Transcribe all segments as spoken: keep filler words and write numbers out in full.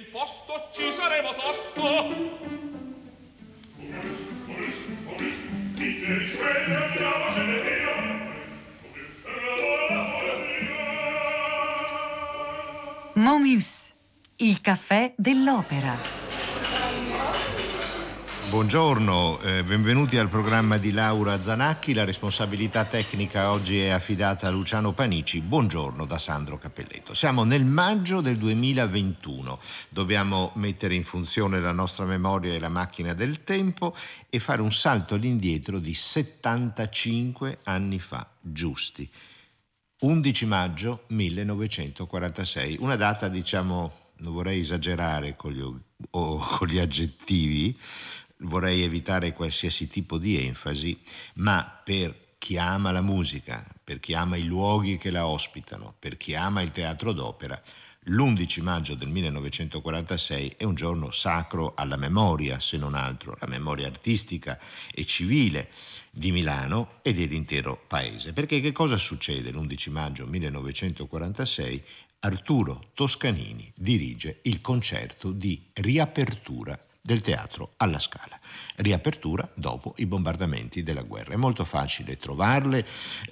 posto ci saremo tosto. Momus, il caffè dell'opera. Buongiorno, eh, benvenuti al programma di Laura Zanacchi. La responsabilità tecnica oggi è affidata a Luciano Panici. Buongiorno da Sandro Cappelletto. Siamo nel maggio del duemilaventuno. Dobbiamo mettere in funzione la nostra memoria e la macchina del tempo e fare un salto all'indietro di settantacinque anni fa, giusti. undici maggio millenovecentoquarantasei, una data, diciamo, non vorrei esagerare con gli, o con gli aggettivi, vorrei evitare qualsiasi tipo di enfasi, ma per chi ama la musica, per chi ama i luoghi che la ospitano, per chi ama il teatro d'opera, l'undici maggio del millenovecentoquarantasei è un giorno sacro alla memoria, se non altro, la memoria artistica e civile di Milano e dell'intero paese. Perché che cosa succede l'undici maggio millenovecentoquarantasei? Arturo Toscanini dirige il concerto di riapertura del teatro alla Scala. Riapertura dopo i bombardamenti della guerra. È molto facile trovarle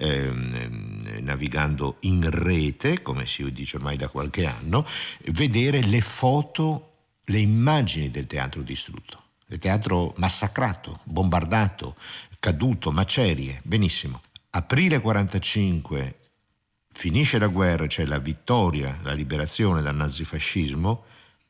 ehm, navigando in rete, come si dice ormai da qualche anno, vedere le foto, le immagini del teatro distrutto, del teatro massacrato, bombardato, caduto, macerie. Benissimo. Aprile quarantacinque finisce la guerra, c'è la vittoria, la liberazione dal nazifascismo.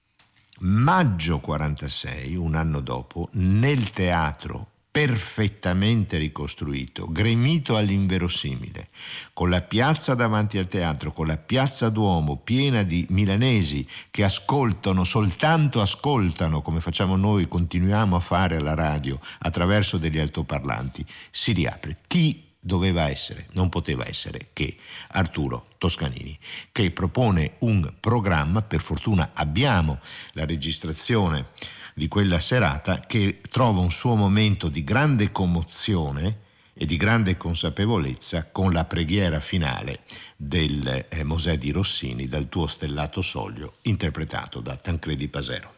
Maggio quarantasei, un anno dopo, nel teatro perfettamente ricostruito, gremito all'inverosimile, con la piazza davanti al teatro, con la piazza Duomo piena di milanesi che ascoltano, soltanto ascoltano, come facciamo noi, continuiamo a fare alla radio, attraverso degli altoparlanti, si riapre. Chi doveva essere, non poteva essere che Arturo Toscanini, che propone un programma. Per fortuna abbiamo la registrazione di quella serata, che trova un suo momento di grande commozione e di grande consapevolezza con la preghiera finale del eh, Mosè di Rossini, Dal tuo stellato soglio, interpretato da Tancredi Pasero.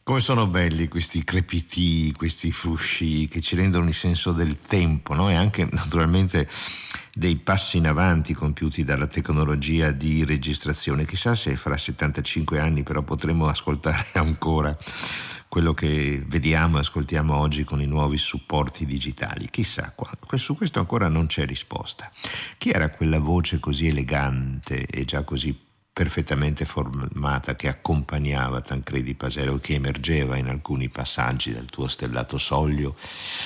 Come sono belli questi crepitii, questi frusci che ci rendono il senso del tempo, no? E anche naturalmente dei passi in avanti compiuti dalla tecnologia di registrazione. Chissà se fra settantacinque anni però potremo ascoltare ancora quello che vediamo e ascoltiamo oggi con i nuovi supporti digitali. Chissà, su questo ancora non c'è risposta. Chi era quella voce così elegante e già così perfettamente formata che accompagnava Tancredi Pasero, che emergeva in alcuni passaggi del tuo stellato soglio?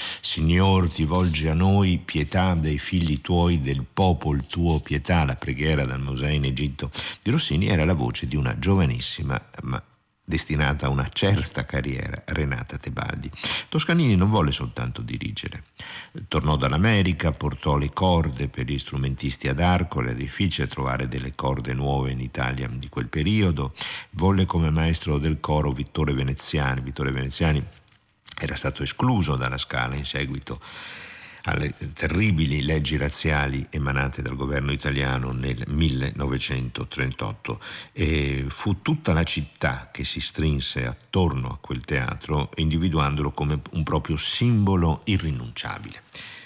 Signor, ti volge a noi pietà dei figli tuoi, del popolo tuo pietà, la preghiera dal Mosè in Egitto di Rossini era la voce di una giovanissima ma destinata a una certa carriera, Renata Tebaldi. Toscanini non volle soltanto dirigere. Tornò dall'America, portò le corde per gli strumentisti ad arco, era difficile trovare delle corde nuove in Italia di quel periodo. Volle come maestro del coro Vittore Veneziani. Vittore Veneziani era stato escluso dalla Scala in seguito alle terribili leggi razziali emanate dal governo italiano nel millenovecentotrentotto, e fu tutta la città che si strinse attorno a quel teatro, individuandolo come un proprio simbolo irrinunciabile.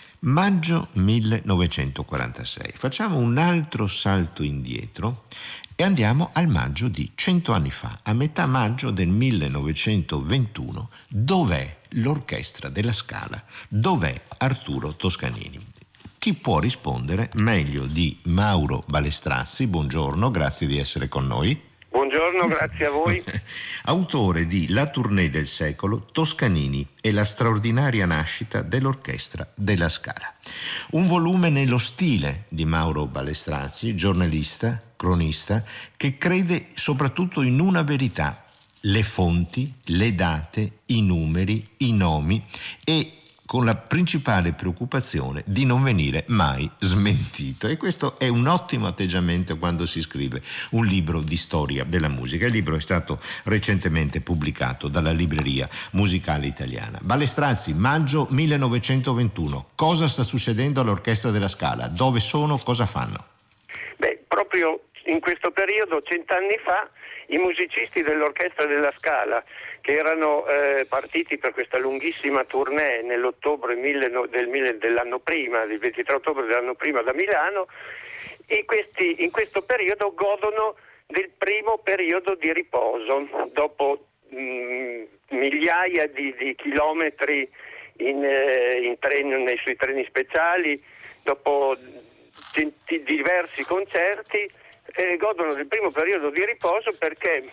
Maggio millenovecentoquarantasei. Facciamo un altro salto indietro e andiamo al maggio di cento anni fa, a metà maggio del millenovecentoventuno. Dov'è l'Orchestra della Scala? Dov'è Arturo Toscanini? Chi può rispondere meglio di Mauro Balestrazzi? Buongiorno, grazie di essere con noi. Buongiorno, grazie a voi. Autore di La tournée del secolo, Toscanini e la straordinaria nascita dell'Orchestra della Scala. Un volume nello stile di Mauro Balestrazzi, giornalista, cronista, che crede soprattutto in una verità: le fonti, le date, i numeri, i nomi, e con la principale preoccupazione di non venire mai smentito. E questo è un ottimo atteggiamento quando si scrive un libro di storia della musica. Il libro è stato recentemente pubblicato dalla Libreria Musicale Italiana. Balestrazzi, maggio millenovecentoventuno. Cosa sta succedendo all'Orchestra della Scala? Dove sono? Cosa fanno? Beh, proprio in questo periodo, cent'anni fa, i musicisti dell'Orchestra della Scala, che erano eh, partiti per questa lunghissima tournée nell'ottobre mille, del, mille, dell'anno prima, il ventitré ottobre dell'anno prima da Milano, e questi in questo periodo godono del primo periodo di riposo, dopo mh, migliaia di, di chilometri in, eh, in treno, nei, sui treni speciali, dopo di, di diversi concerti, eh, godono del primo periodo di riposo perché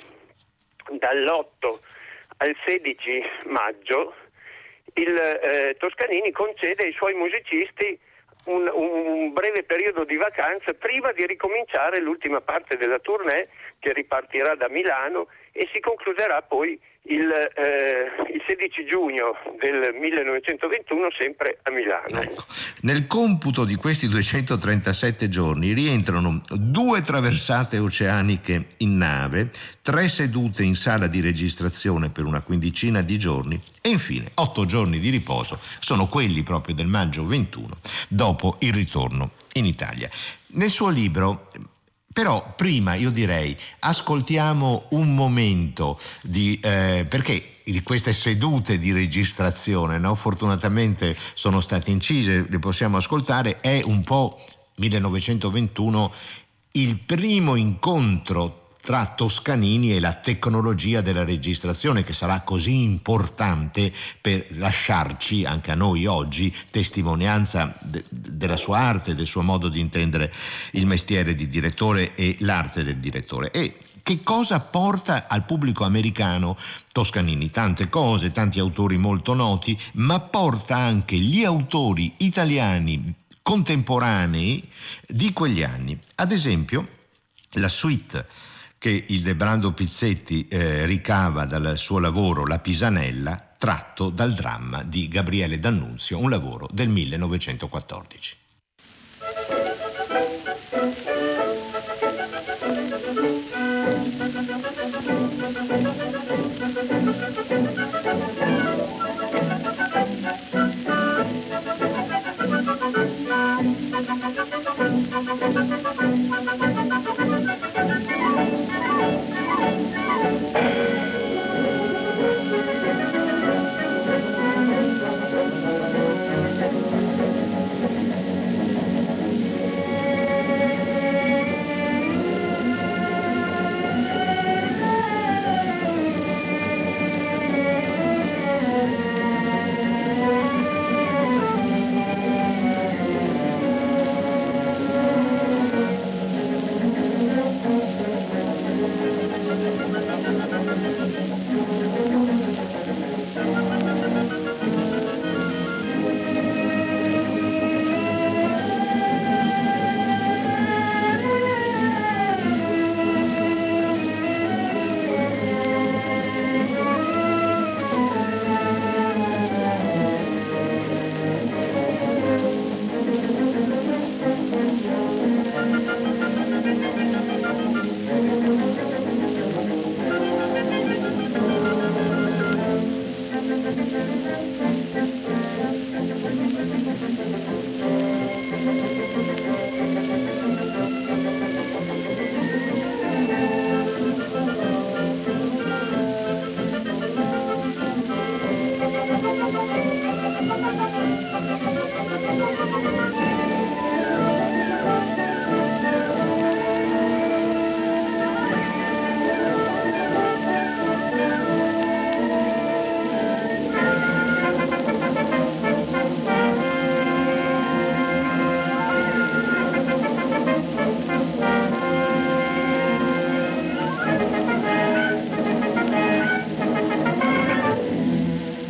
dall'otto al sedici maggio il eh, Toscanini concede ai suoi musicisti un, un breve periodo di vacanza prima di ricominciare l'ultima parte della tournée, che ripartirà da Milano e si concluderà poi il, eh, il sedici giugno del millenovecentoventuno sempre a Milano. Ecco. Nel computo di questi duecentotrentasette giorni rientrano due traversate oceaniche in nave, tre sedute in sala di registrazione per una quindicina di giorni e infine otto giorni di riposo, sono quelli proprio del maggio ventuno, dopo il ritorno in Italia. Nel suo libro, però, prima io direi ascoltiamo un momento di eh, perché di queste sedute di registrazione, no? Fortunatamente sono state incise, le possiamo ascoltare. È un po' millenovecentoventuno, il primo incontro tra Toscanini e la tecnologia della registrazione, che sarà così importante per lasciarci anche a noi oggi testimonianza de- della sua arte, del suo modo di intendere il mestiere di direttore e l'arte del direttore. E che cosa porta al pubblico americano Toscanini? Tante cose, tanti autori molto noti, ma porta anche gli autori italiani contemporanei di quegli anni. Ad esempio, la suite che il Debrando Pizzetti eh, ricava dal suo lavoro La Pisanella, tratto dal dramma di Gabriele D'Annunzio, un lavoro del millenovecentoquattordici.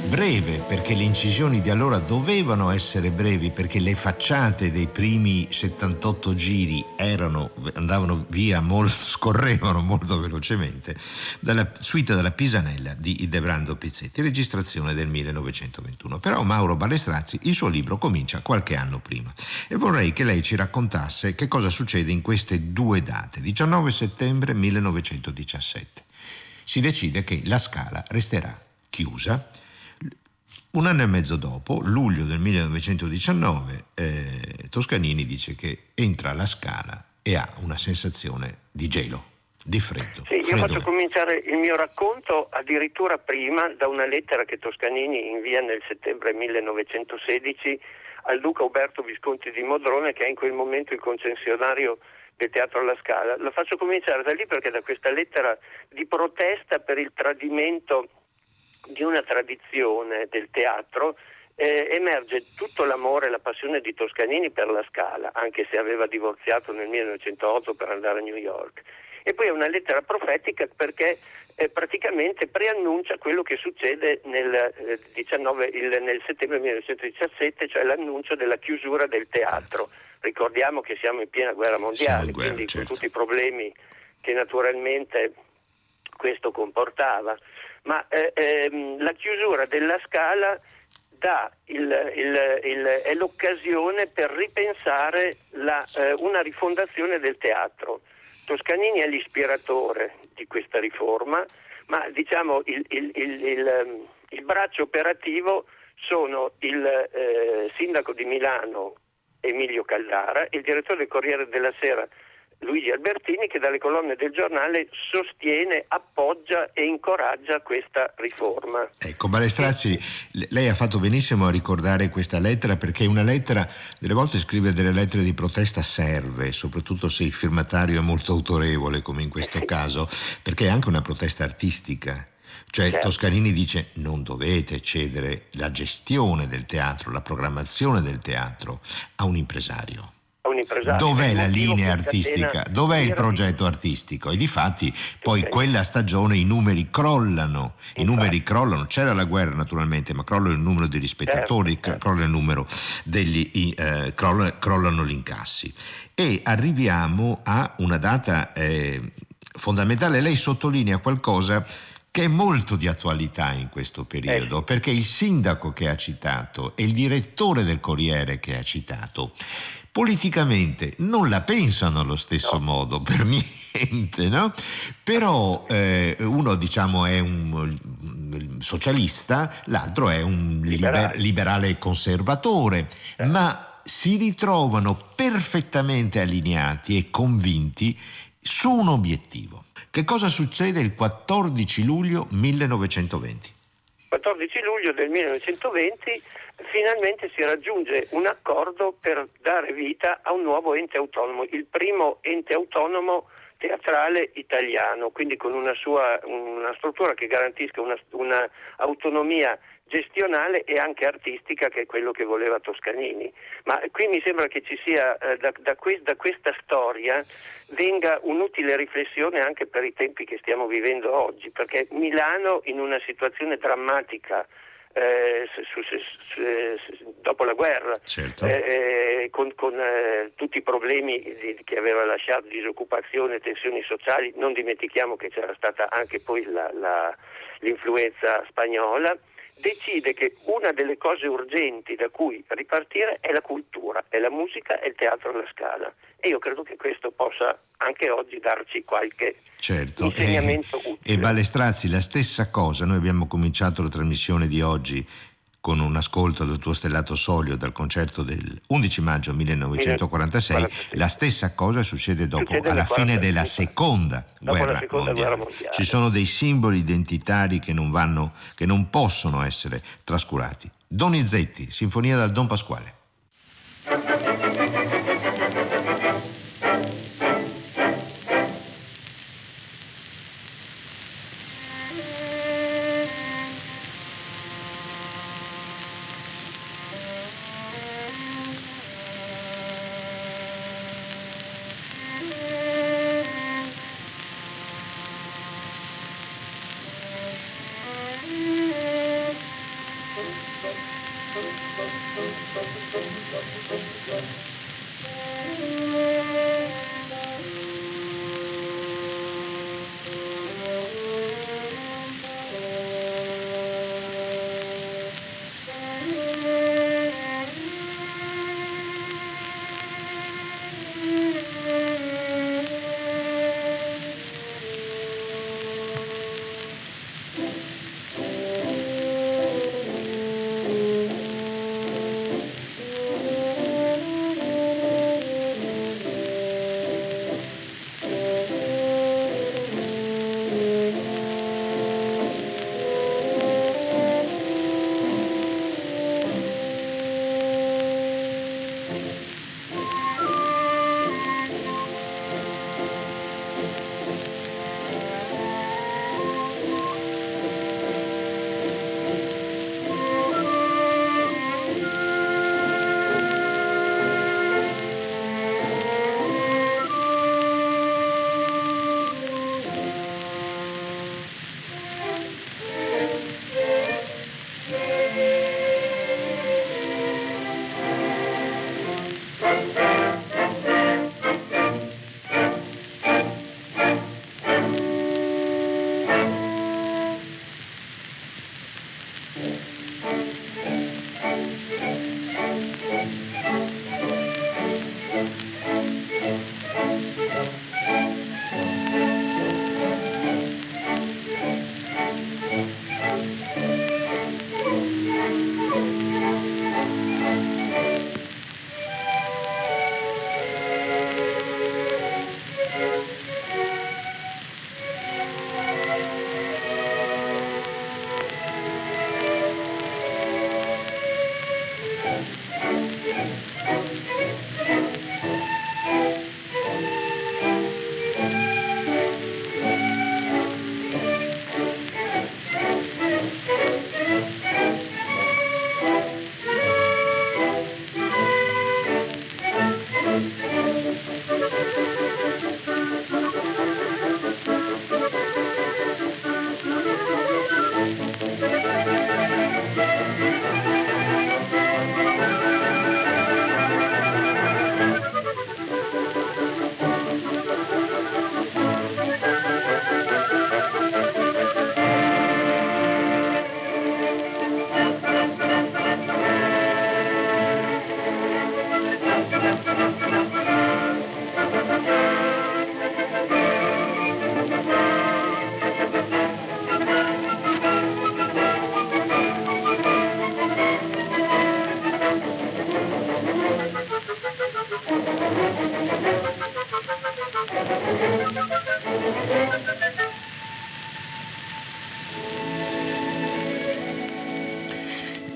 breve, perché le incisioni di allora dovevano essere brevi, perché le facciate dei primi settantotto giri erano, andavano via, molto, scorrevano molto velocemente, dalla suite della Pisanella di Ildebrando Pizzetti, registrazione del millenovecentoventuno. Però Mauro Balestrazzi il suo libro comincia qualche anno prima e vorrei che lei ci raccontasse che cosa succede in queste due date. diciannove settembre millenovecentodiciassette si decide che la Scala resterà chiusa. Un anno e mezzo dopo, luglio del millenovecentodiciannove, eh, Toscanini dice che entra alla Scala e ha una sensazione di gelo, di freddo. Sì, freddo io faccio cominciare il mio racconto addirittura prima da una lettera che Toscanini invia nel settembre millenovecentosedici al duca Uberto Visconti di Modrone, che è in quel momento il concessionario del Teatro alla Scala. Lo faccio cominciare da lì perché da questa lettera di protesta per il tradimento di una tradizione del teatro eh, emerge tutto l'amore e la passione di Toscanini per la Scala, anche se aveva divorziato nel millenovecentootto per andare a New York. E poi è una lettera profetica perché eh, praticamente preannuncia quello che succede nel, eh, diciannove, il, nel settembre millenovecentodiciassette, cioè l'annuncio della chiusura del teatro. Ricordiamo che siamo in piena guerra mondiale, in guerra, quindi certo, con tutti i problemi che naturalmente questo comportava. Ma eh, ehm, la chiusura della Scala dà il, il, il, è l'occasione per ripensare la, eh, una rifondazione del teatro. Toscanini è l'ispiratore di questa riforma, ma diciamo il, il, il, il, il braccio operativo sono il eh, sindaco di Milano Emilio Caldara e il direttore del Corriere della Sera Luigi Albertini, che dalle colonne del giornale sostiene, appoggia e incoraggia questa riforma. Ecco, Balestrazzi, lei ha fatto benissimo a ricordare questa lettera, perché una lettera, delle volte scrivere delle lettere di protesta serve, soprattutto se il firmatario è molto autorevole, come in questo caso, perché è anche una protesta artistica. Cioè certo. Toscanini dice: non dovete cedere la gestione del teatro, la programmazione del teatro a un impresario. Dov'è la linea artistica? Dov'è il progetto artistico? E difatti poi okay. quella stagione i numeri crollano, i numeri crollano, c'era la guerra naturalmente, ma crolla il numero degli spettatori, certo, certo. crolla il numero degli eh, crolla, crollano gli incassi. E arriviamo a una data eh, fondamentale. Lei sottolinea qualcosa che è molto di attualità in questo periodo, eh. perché il sindaco che ha citato e il direttore del Corriere che ha citato politicamente non la pensano allo stesso no. modo, per niente, no? Però eh, uno diciamo è un socialista, l'altro è un liber- liberale conservatore, eh. ma si ritrovano perfettamente allineati e convinti su un obiettivo. Che cosa succede il quattordici luglio millenovecentoventi? quattordici luglio del millenovecentoventi finalmente si raggiunge un accordo per dare vita a un nuovo ente autonomo, il primo ente autonomo teatrale italiano, quindi con una sua una struttura che garantisca una, una autonomia gestionale e anche artistica, che è quello che voleva Toscanini. Ma qui mi sembra che ci sia eh, da, da, que- da questa storia venga un'utile riflessione anche per i tempi che stiamo vivendo oggi, perché Milano, in una situazione drammatica eh, su, su, su, dopo la guerra, certo. eh, con, con eh, tutti i problemi di, che aveva lasciato, disoccupazione, tensioni sociali, non dimentichiamo che c'era stata anche poi la, la, l'influenza spagnola, decide che una delle cose urgenti da cui ripartire è la cultura, è la musica e il teatro alla Scala. E io credo che questo possa anche oggi darci qualche certo. insegnamento e, utile. E Balestrazzi, la stessa cosa. Noi abbiamo cominciato la trasmissione di oggi con un ascolto del tuo Stellato Solio dal concerto del undici maggio millenovecentoquarantasei. millenovecentoquarantasei. La stessa cosa succede dopo, succede alla fine della seconda, guerra, la seconda mondiale. guerra mondiale. Ci sono dei simboli identitari che non vanno, che non possono essere trascurati. Donizetti, Sinfonia dal Don Pasquale.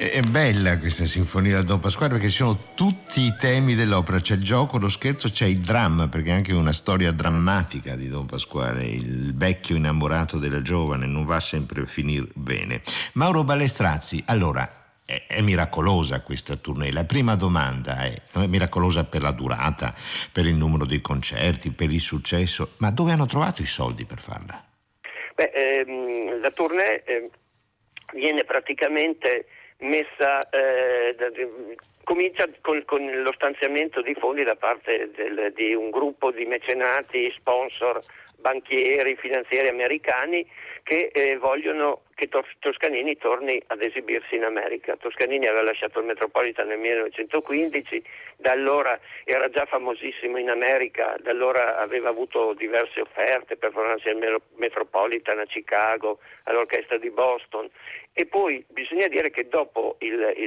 È bella questa sinfonia del Don Pasquale perché ci sono tutti i temi dell'opera, c'è il gioco, lo scherzo, c'è il dramma, perché è anche una storia drammatica di Don Pasquale, il vecchio innamorato della giovane, non va sempre a finire bene. Mauro Balestrazzi, allora, è, è miracolosa questa tournée. La prima domanda è, non è miracolosa per la durata, per il numero dei concerti, per il successo, ma dove hanno trovato i soldi per farla? Beh, ehm, la tournée eh, viene praticamente messa, eh, da, comincia con, con lo stanziamento di fondi da parte del, di un gruppo di mecenati, sponsor, banchieri, finanzieri americani che eh, vogliono che Toscanini torni ad esibirsi in America. Toscanini aveva lasciato il Metropolitan nel millenovecentoquindici, da allora era già famosissimo in America, da allora aveva avuto diverse offerte, performance al Metropolitan a Chicago, all'orchestra di Boston, e poi bisogna dire che dopo il, il,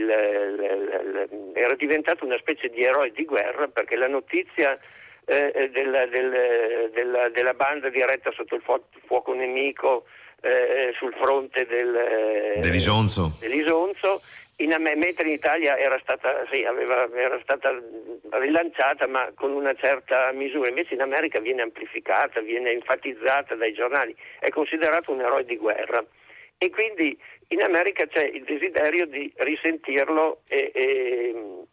il, il, era diventato una specie di eroe di guerra, perché la notizia eh, della, del, della, della banda diretta sotto il fu- fuoco nemico Eh, sul fronte del, eh, dell'Isonzo, dell'Isonzo in, mentre in Italia era stata, sì, aveva, era stata rilanciata, ma con una certa misura. Invece in America viene amplificata, viene enfatizzata dai giornali, è considerato un eroe di guerra, e quindi in America c'è il desiderio di risentirlo e, e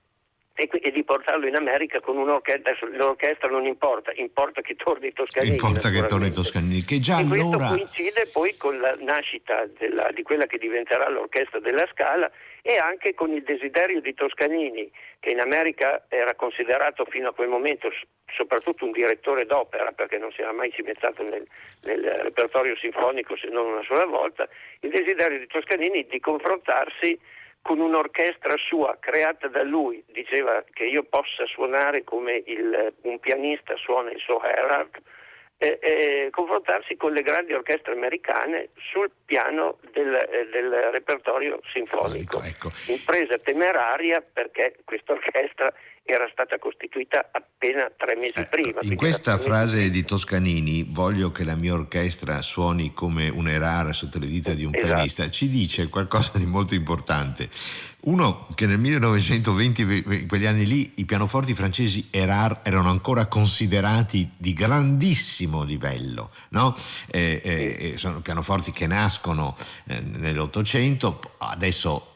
E, e di portarlo in America con un'orchestra. Adesso l'orchestra non importa, importa che torni Toscanini. Importa che torni Toscanini, che già e allora... questo coincide poi con la nascita della, di quella che diventerà l'orchestra della Scala, e anche con il desiderio di Toscanini, che in America era considerato fino a quel momento soprattutto un direttore d'opera, perché non si era mai cimentato nel, nel repertorio sinfonico se non una sola volta, il desiderio di Toscanini di confrontarsi con un'orchestra sua creata da lui. Diceva che io possa suonare come il, un pianista suona il suo Erhardt, e, e confrontarsi con le grandi orchestre americane sul piano del, del repertorio sinfonico. Ecco, ecco. Impresa temeraria, perché questa orchestra era stata costituita appena tre mesi ecco, prima. In questa frase di Toscanini, voglio che la mia orchestra suoni come un Erard sotto le dita di un esatto. pianista, ci dice qualcosa di molto importante. Uno, che nel millenovecentoventi, in quegli anni lì, i pianoforti francesi Erard erano ancora considerati di grandissimo livello, no? Eh, eh, sono pianoforti che nascono eh, nell'Ottocento, adesso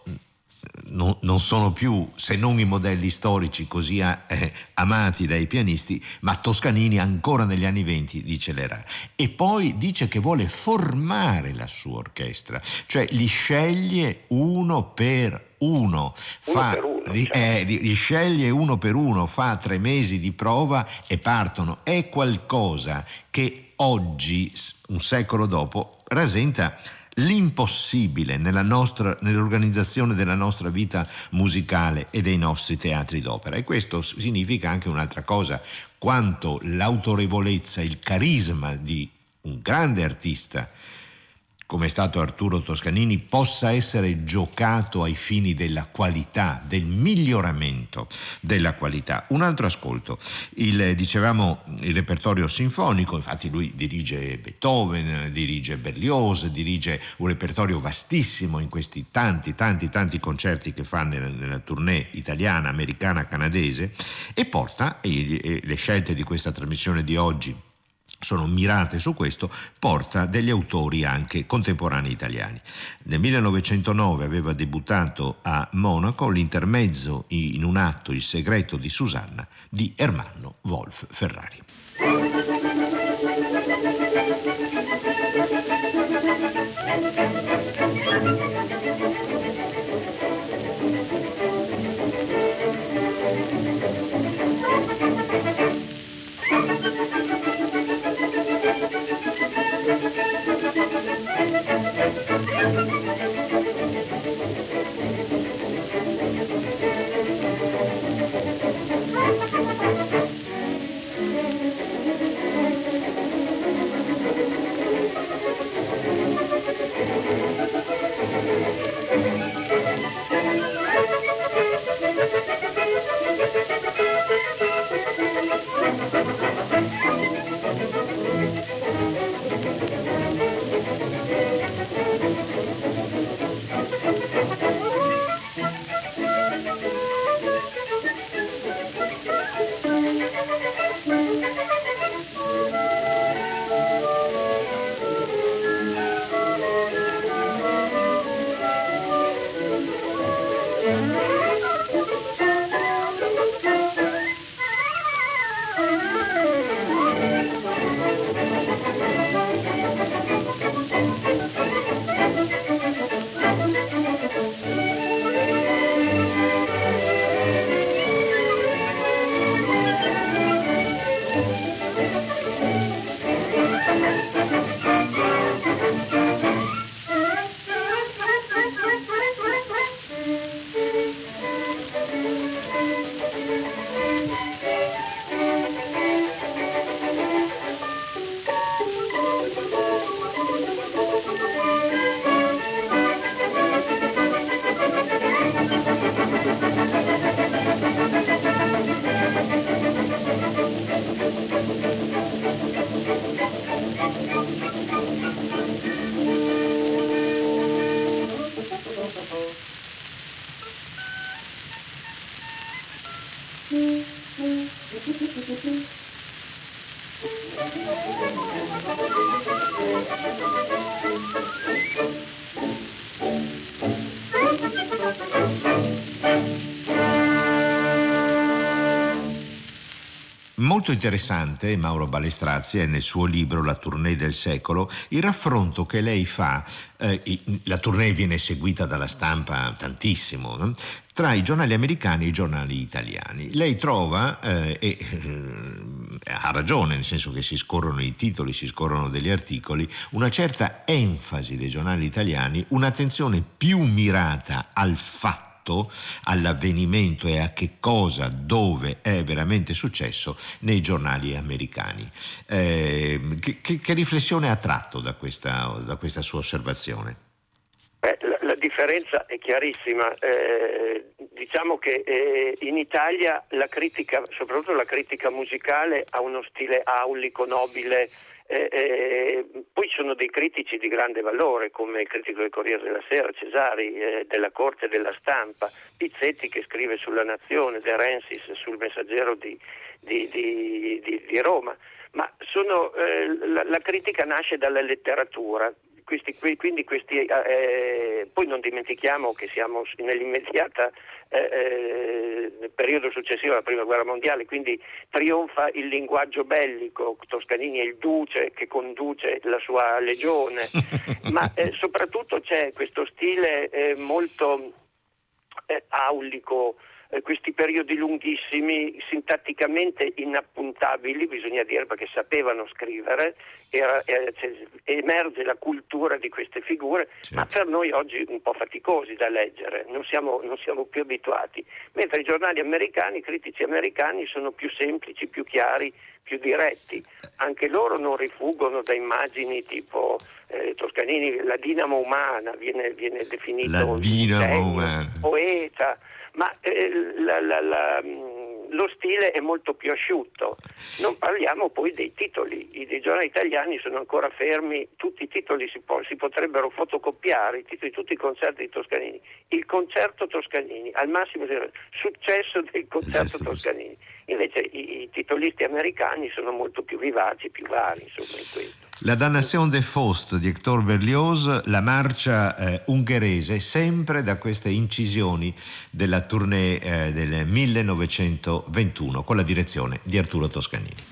non, non sono più, se non i modelli storici così eh, amati dai pianisti, ma Toscanini ancora negli anni venti dice l'Erard. E poi dice che vuole formare la sua orchestra, cioè li sceglie uno per uno, fa, per uno, li, certo. eh, li, li sceglie uno per uno, fa tre mesi di prova e partono. È qualcosa che oggi, un secolo dopo, rasenta l'impossibile nella nostra, nell'organizzazione della nostra vita musicale e dei nostri teatri d'opera. E questo significa anche un'altra cosa: quanto l'autorevolezza, il carisma di un grande artista come è stato Arturo Toscanini possa essere giocato ai fini della qualità, del miglioramento della qualità. Un altro ascolto, il, dicevamo il repertorio sinfonico, infatti lui dirige Beethoven, dirige Berlioz, dirige un repertorio vastissimo in questi tanti tanti tanti concerti che fa nella, nella tournée italiana, americana, canadese, e porta, e, e le scelte di questa trasmissione di oggi sono mirate su questo, porta degli autori anche contemporanei italiani. Nel millenovecentonove aveva debuttato a Monaco l'intermezzo in un atto, Il segreto di Susanna, di Ermanno Wolf Ferrari. molto interessante, Mauro Balestrazzi, è nel suo libro La tournée del secolo, il raffronto che lei fa, eh, la tournée viene seguita dalla stampa tantissimo, no? Tra i giornali americani e i giornali italiani. Lei trova, eh, e eh, ha ragione, nel senso che si scorrono i titoli, si scorrono degli articoli, una certa enfasi dei giornali italiani, un'attenzione più mirata al fatto, all'avvenimento e a che cosa, dove è veramente successo nei giornali americani. Eh, che, che, che riflessione ha tratto da questa, da questa sua osservazione? Beh, la, la differenza è chiarissima. Eh, diciamo che eh, in Italia la critica, soprattutto la critica musicale, ha uno stile aulico, nobile. Eh, eh, poi ci sono dei critici di grande valore, come il critico del Corriere della Sera, Cesari, eh, della Corte della Stampa, Pizzetti che scrive sulla Nazione, De Rensis sul Messaggero di, di, di, di, di Roma. Ma sono, eh, la, la critica nasce dalla letteratura. Questi, quindi questi, eh, poi non dimentichiamo che siamo nell'immediata eh, periodo successivo alla Prima Guerra Mondiale, quindi trionfa il linguaggio bellico, Toscanini è il duce che conduce la sua legione, ma eh, soprattutto c'è questo stile eh, molto eh, aulico, eh, questi periodi lunghissimi, sintatticamente inappuntabili, bisogna dire, perché sapevano scrivere, era, era, cioè, emerge la cultura di queste figure, certo, ma per noi oggi un po' faticosi da leggere, non siamo, non siamo più abituati, mentre i giornali americani, i critici americani sono più semplici, più chiari, più diretti, anche loro non rifuggono da immagini tipo eh, Toscanini, la dinamo umana viene, viene definito la dinamo genio, umana, poeta, ma eh, la, la, la, lo stile è molto più asciutto. Non parliamo poi dei titoli, i dei giornali italiani sono ancora fermi, tutti i titoli si, po- si potrebbero fotocopiare, i titoli di tutti i concerti di Toscanini, il concerto Toscanini, al massimo successo del concerto Toscanini. Invece i, i titolisti americani sono molto più vivaci, più vari, insomma, in questo. La Damnation de Faust di Hector Berlioz, la marcia eh, ungherese, sempre da queste incisioni della tournée eh, del millenovecentoventuno, con la direzione di Arturo Toscanini.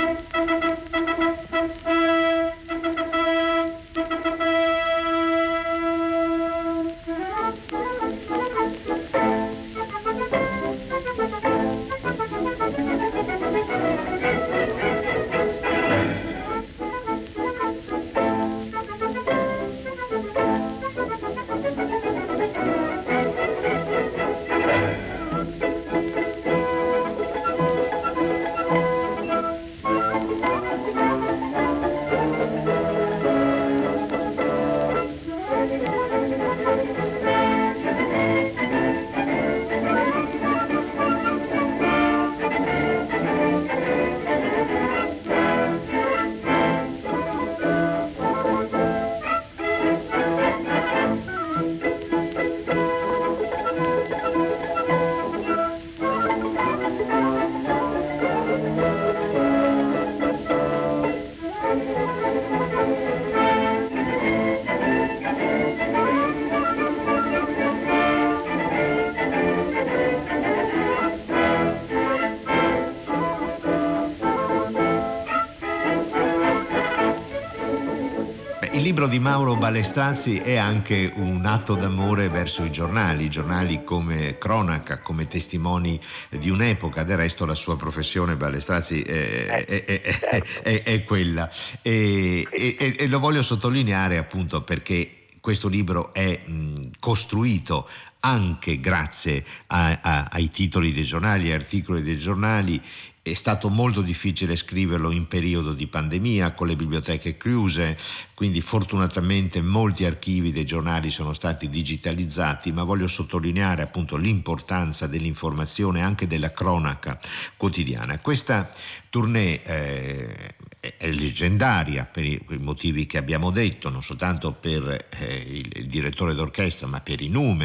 Il libro di Mauro Balestrazzi è anche un atto d'amore verso i giornali, i giornali come cronaca, come testimoni di un'epoca. Del resto la sua professione, Balestrazzi, è, è, è, è, è, è quella. E, e, e lo voglio sottolineare appunto perché questo libro è mh, costruito anche grazie a, a, ai titoli dei giornali, agli articoli dei giornali. È stato molto difficile scriverlo in periodo di pandemia, con le biblioteche chiuse, quindi fortunatamente molti archivi dei giornali sono stati digitalizzati, ma voglio sottolineare appunto l'importanza dell'informazione, anche della cronaca quotidiana. Questa tournée eh, è leggendaria per i, per i motivi che abbiamo detto, non soltanto per eh, il, il direttore d'orchestra, ma per i numeri, per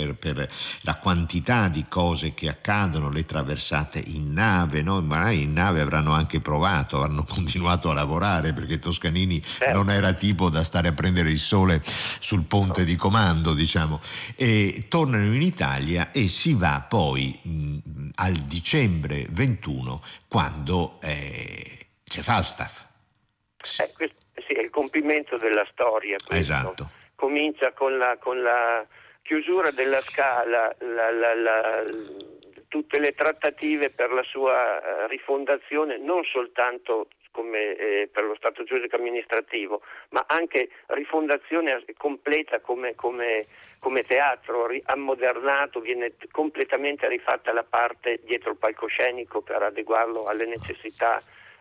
per, per la quantità di cose che accadono, le traversate in nave, no? Magari in nave avranno anche provato, hanno continuato a lavorare, perché Toscanini certo. non era tipo da stare a prendere il sole sul ponte di comando, diciamo. E tornano in Italia e si va poi mh, al dicembre ventuno, quando eh, c'è Falstaff. Sì. Eh, questo, sì, è il compimento della storia. Questo. Esatto. Comincia con la, con la chiusura della Scala, la, la, la, tutte le trattative per la sua rifondazione, non soltanto come eh, per lo Stato giuridico amministrativo, ma anche rifondazione completa come, come, come teatro, ri- ammodernato, viene completamente rifatta la parte dietro il palcoscenico per adeguarlo alle necessità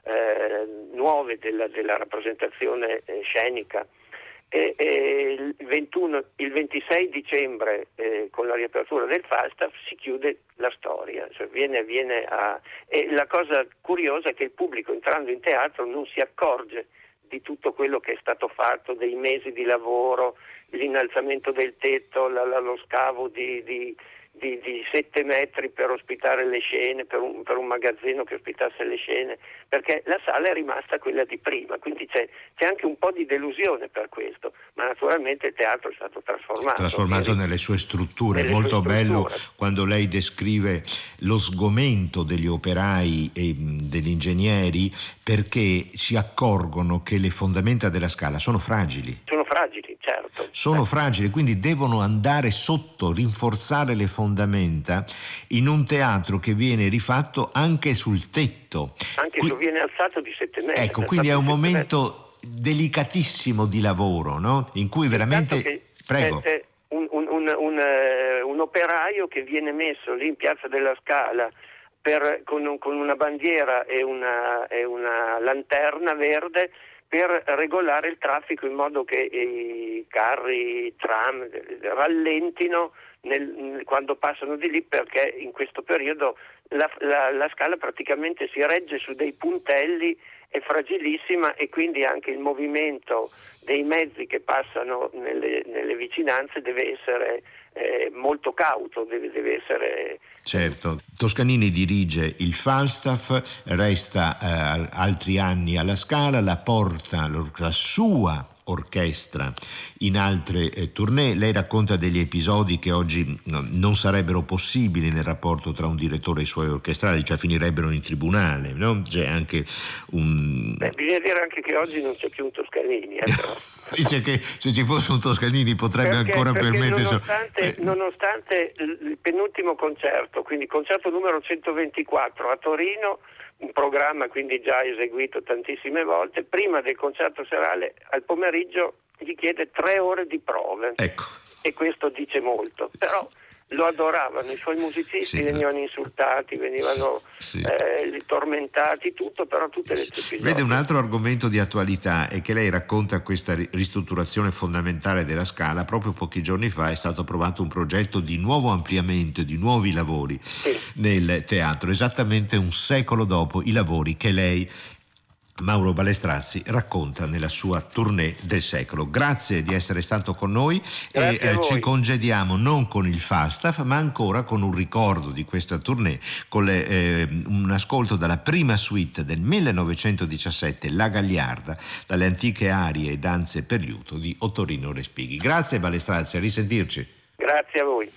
eh, nuove della, della rappresentazione eh, scenica. E, e il, ventuno, il ventisei dicembre eh, con la riapertura del Falstaff si chiude la storia, cioè viene, viene a, e la cosa curiosa è che il pubblico entrando in teatro non si accorge di tutto quello che è stato fatto, dei mesi di lavoro, l'innalzamento del tetto, la, la, lo scavo di, di Di, di sette metri per ospitare le scene, per un, per un magazzino che ospitasse le scene, perché la sala è rimasta quella di prima, quindi c'è, c'è anche un po' di delusione per questo, ma naturalmente il teatro è stato trasformato. Trasformato Quindi, nelle sue strutture, nelle molto sue bello strutture. quando lei descrive lo sgomento degli operai e degli ingegneri, perché si accorgono che le fondamenta della Scala sono fragili. Sono fragili, certo. Sono eh. fragili, quindi devono andare sotto, rinforzare le fondamenta in un teatro che viene rifatto anche sul tetto. Anche Qui... se viene alzato di sette metri. Ecco, quindi è un momento delicatissimo di lavoro, no? In cui veramente... Che Prego. C'è un, un, un, un, uh, un operaio che viene messo lì in Piazza della Scala per, con, un, con una bandiera e una, e una lanterna verde per regolare il traffico in modo che i carri, i tram rallentino nel, quando passano di lì, perché in questo periodo la, la, la Scala praticamente si regge su dei puntelli, è fragilissima, e quindi anche il movimento dei mezzi che passano nelle, nelle vicinanze deve essere eh, molto cauto, deve, deve essere... Certo, Toscanini dirige il Falstaff, resta eh, altri anni alla Scala, la porta la sua orchestra in altre eh, tournée. Lei racconta degli episodi che oggi no, non sarebbero possibili nel rapporto tra un direttore e i suoi orchestrali, cioè finirebbero in tribunale, no? C'è anche un... Beh, bisogna dire anche che oggi non c'è più un Toscanini, eh, però. Dice che se ci fosse un Toscanini potrebbe perché, ancora perché permettersi. nonostante, eh. nonostante il penultimo concerto, quindi concerto numero centoventiquattro a Torino, un programma quindi già eseguito tantissime volte, prima del concerto serale al pomeriggio gli chiede tre ore di prove. Ecco. E questo dice molto, però lo adoravano, i suoi musicisti sì, venivano insultati, venivano sì. eh, tormentati, tutto, però tutte le episodi. Vede, un altro argomento di attualità è che lei racconta questa ristrutturazione fondamentale della Scala. Proprio pochi giorni fa è stato approvato un progetto di nuovo ampliamento, di nuovi lavori sì. nel teatro, esattamente un secolo dopo i lavori che lei, Mauro Balestrazzi, racconta nella sua tournée del secolo. Grazie di essere stato con noi. Grazie e eh, ci congediamo non con il Falstaff, ma ancora con un ricordo di questa tournée, con le, eh, un ascolto dalla prima suite del millenovecentodiciassette, La Gagliarda, dalle antiche arie e danze per liuto di Ottorino Respighi. Grazie Balestrazzi, a risentirci. Grazie a voi.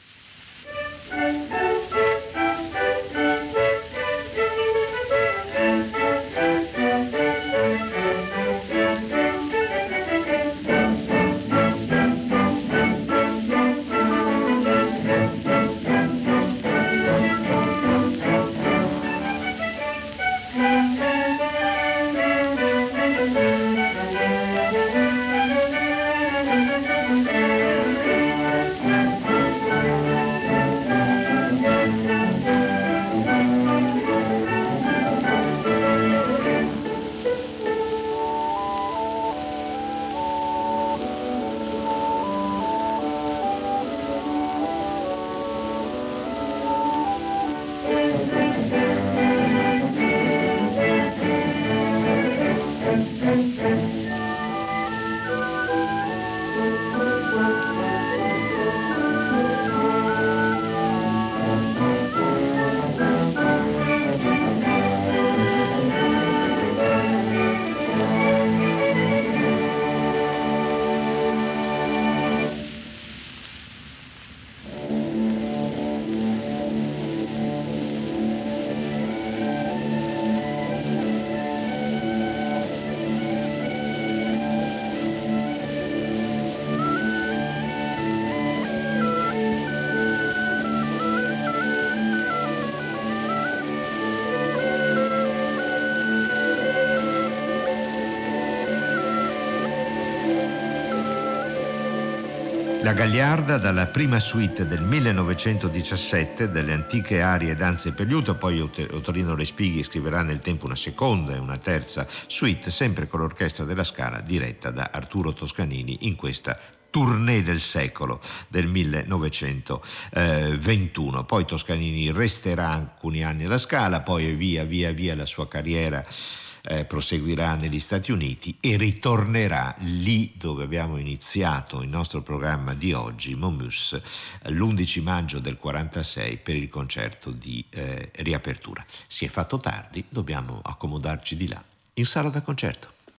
La Gagliarda dalla prima suite del millenovecentodiciassette delle antiche arie e danze per liuto, poi Ottorino Respighi scriverà nel tempo una seconda e una terza suite, sempre con l'Orchestra della Scala diretta da Arturo Toscanini in questa tournée del secolo del millenovecentoventuno. Poi Toscanini resterà alcuni anni alla Scala, poi via via via la sua carriera Eh, proseguirà negli Stati Uniti e ritornerà lì dove abbiamo iniziato il nostro programma di oggi, Momus, l'undici maggio del quarantasei per il concerto di eh, riapertura. Si è fatto tardi, dobbiamo accomodarci di là, in sala da concerto.